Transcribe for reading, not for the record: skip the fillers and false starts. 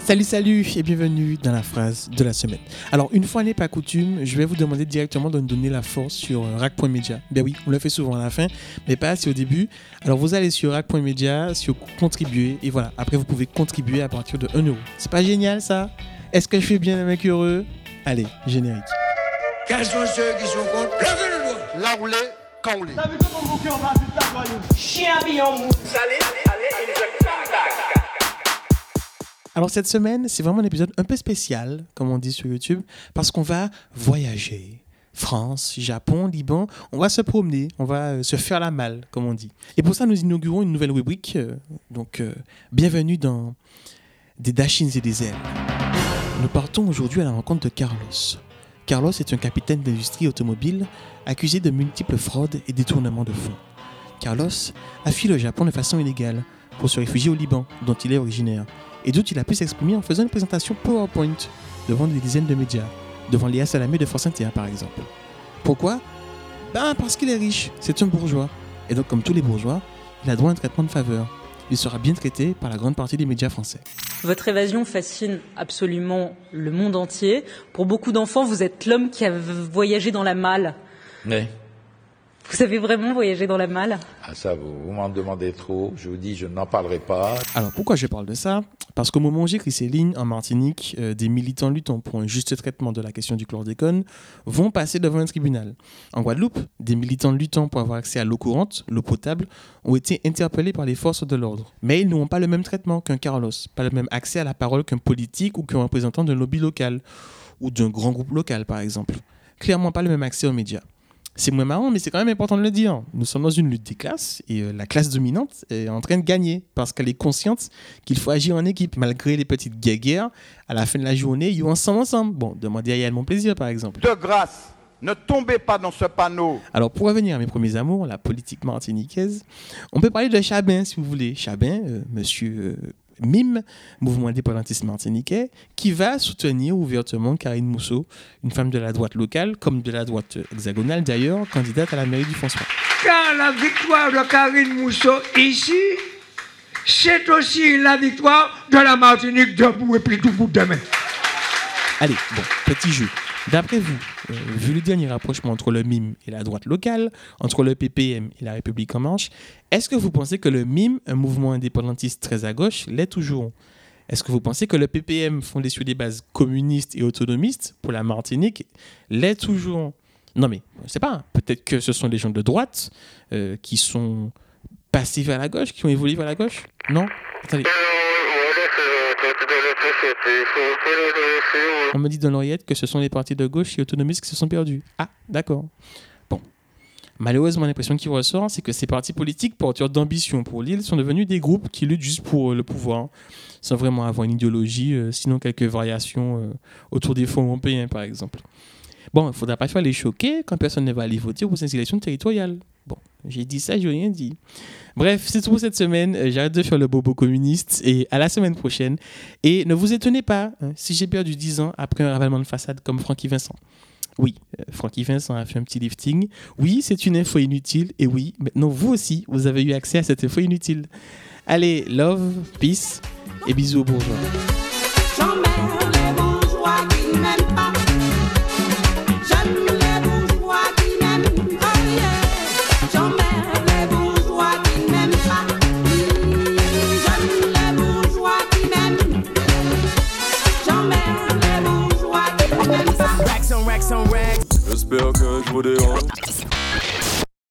Salut et bienvenue dans la phrase de la semaine. Alors, une fois n'est pas coutume, je vais vous demander directement de nous donner la force sur rack.media. Ben oui, on le fait souvent à la fin, mais pas assez au début. Alors, vous allez sur rack.media, sur contribuer, et voilà. Après, vous pouvez contribuer à partir de 1€. C'est pas génial, ça? Est-ce que je fais bien un mec heureux? Allez, générique. Quels sont ceux qui sont contre? Levez le doigt. Là où l'est, quand on l'est. T'as vu comment mon cœur va tout t'avoir? Chien billon mou. Alors cette semaine, c'est vraiment un épisode un peu spécial, comme on dit sur YouTube, parce qu'on va voyager. France, Japon, Liban, on va se promener, on va se faire la malle, comme on dit. Et pour ça, nous inaugurons une nouvelle rubrique. Bienvenue dans Des Dachines et des ailes. Nous partons aujourd'hui à la rencontre de Carlos. Carlos est un capitaine d'industrie automobile accusé de multiples fraudes et détournements de fonds. Carlos a fui le Japon de façon illégale pour se réfugier au Liban, dont il est originaire, et d'où il a pu s'exprimer en faisant une présentation PowerPoint devant des dizaines de médias, devant Léa Salamé de Force Inter par exemple. Pourquoi? Parce qu'il est riche, c'est un bourgeois, et donc comme tous les bourgeois, il a droit à un traitement de faveur. Il sera bien traité par la grande partie des médias français. Votre évasion fascine absolument le monde entier. Pour beaucoup d'enfants, vous êtes l'homme qui a voyagé dans la malle. Oui. Vous avez vraiment voyagé dans la malle? Ah ça, vous m'en demandez trop. Je vous dis, je n'en parlerai pas. Alors pourquoi je parle de ça? Parce qu'au moment où j'écris ces lignes, en Martinique, des militants luttant pour un juste traitement de la question du chlordécone vont passer devant un tribunal. En Guadeloupe, des militants luttant pour avoir accès à l'eau courante, l'eau potable, ont été interpellés par les forces de l'ordre. Mais ils n'auront pas le même traitement qu'un Carlos, pas le même accès à la parole qu'un politique ou qu'un représentant d'un lobby local, ou d'un grand groupe local par exemple. Clairement pas le même accès aux médias. C'est moins marrant, mais c'est quand même important de le dire. Nous sommes dans une lutte des classes et la classe dominante est en train de gagner parce qu'elle est consciente qu'il faut agir en équipe. Malgré les petites guéguerres, à la fin de la journée, ils vont ensemble. Bon, demandez à Yann Mon Plaisir, par exemple. De grâce, ne tombez pas dans ce panneau. Alors, pour revenir à mes premiers amours, la politique martiniquaise, on peut parler de Chabin, si vous voulez. Chabin, monsieur... MIM, mouvement indépendantiste martiniquais, qui va soutenir ouvertement Karine Mousseau, une femme de la droite locale, comme de la droite hexagonale d'ailleurs, candidate à la mairie du François. Car la victoire de Karine Mousseau ici, c'est aussi la victoire de la Martinique debout et puis tout bout de main. Allez, bon, petit jeu. D'après vous, vu le dernier rapprochement entre le MIM et la droite locale, entre le PPM et la République en marche, est-ce que vous pensez que le MIM, un mouvement indépendantiste très à gauche, l'est toujours? Est-ce que vous pensez que le PPM, fondé sur des bases communistes et autonomistes, pour la Martinique, l'est toujours? Non mais, je ne sais pas, peut-être que ce sont des gens de droite qui sont passés vers la gauche, qui ont évolué vers la gauche? Non? Attendez. On me dit dans l'oreillette que ce sont les partis de gauche et autonomistes qui se sont perdus. Ah, d'accord. Bon. Malheureusement, l'impression qui ressort, c'est que ces partis politiques porteurs d'ambition pour l'île sont devenus des groupes qui luttent juste pour le pouvoir, sans vraiment avoir une idéologie, sinon quelques variations autour des fonds européens, par exemple. Bon, il ne faudra pas faire les choquer quand personne ne va aller voter pour ces élections territoriales. Bon, j'ai dit ça, j'ai rien dit. Bref, c'est tout pour cette semaine. J'arrête de faire le bobo communiste et à la semaine prochaine. Et ne vous étonnez pas si j'ai perdu 10 ans après un ravalement de façade comme Francky Vincent. Oui, Francky Vincent a fait un petit lifting. Oui, c'est une info inutile. Et oui, maintenant vous aussi, vous avez eu accès à cette info inutile. Allez, love, peace et bisous aux bourgeois. J'espère que je vous dérange.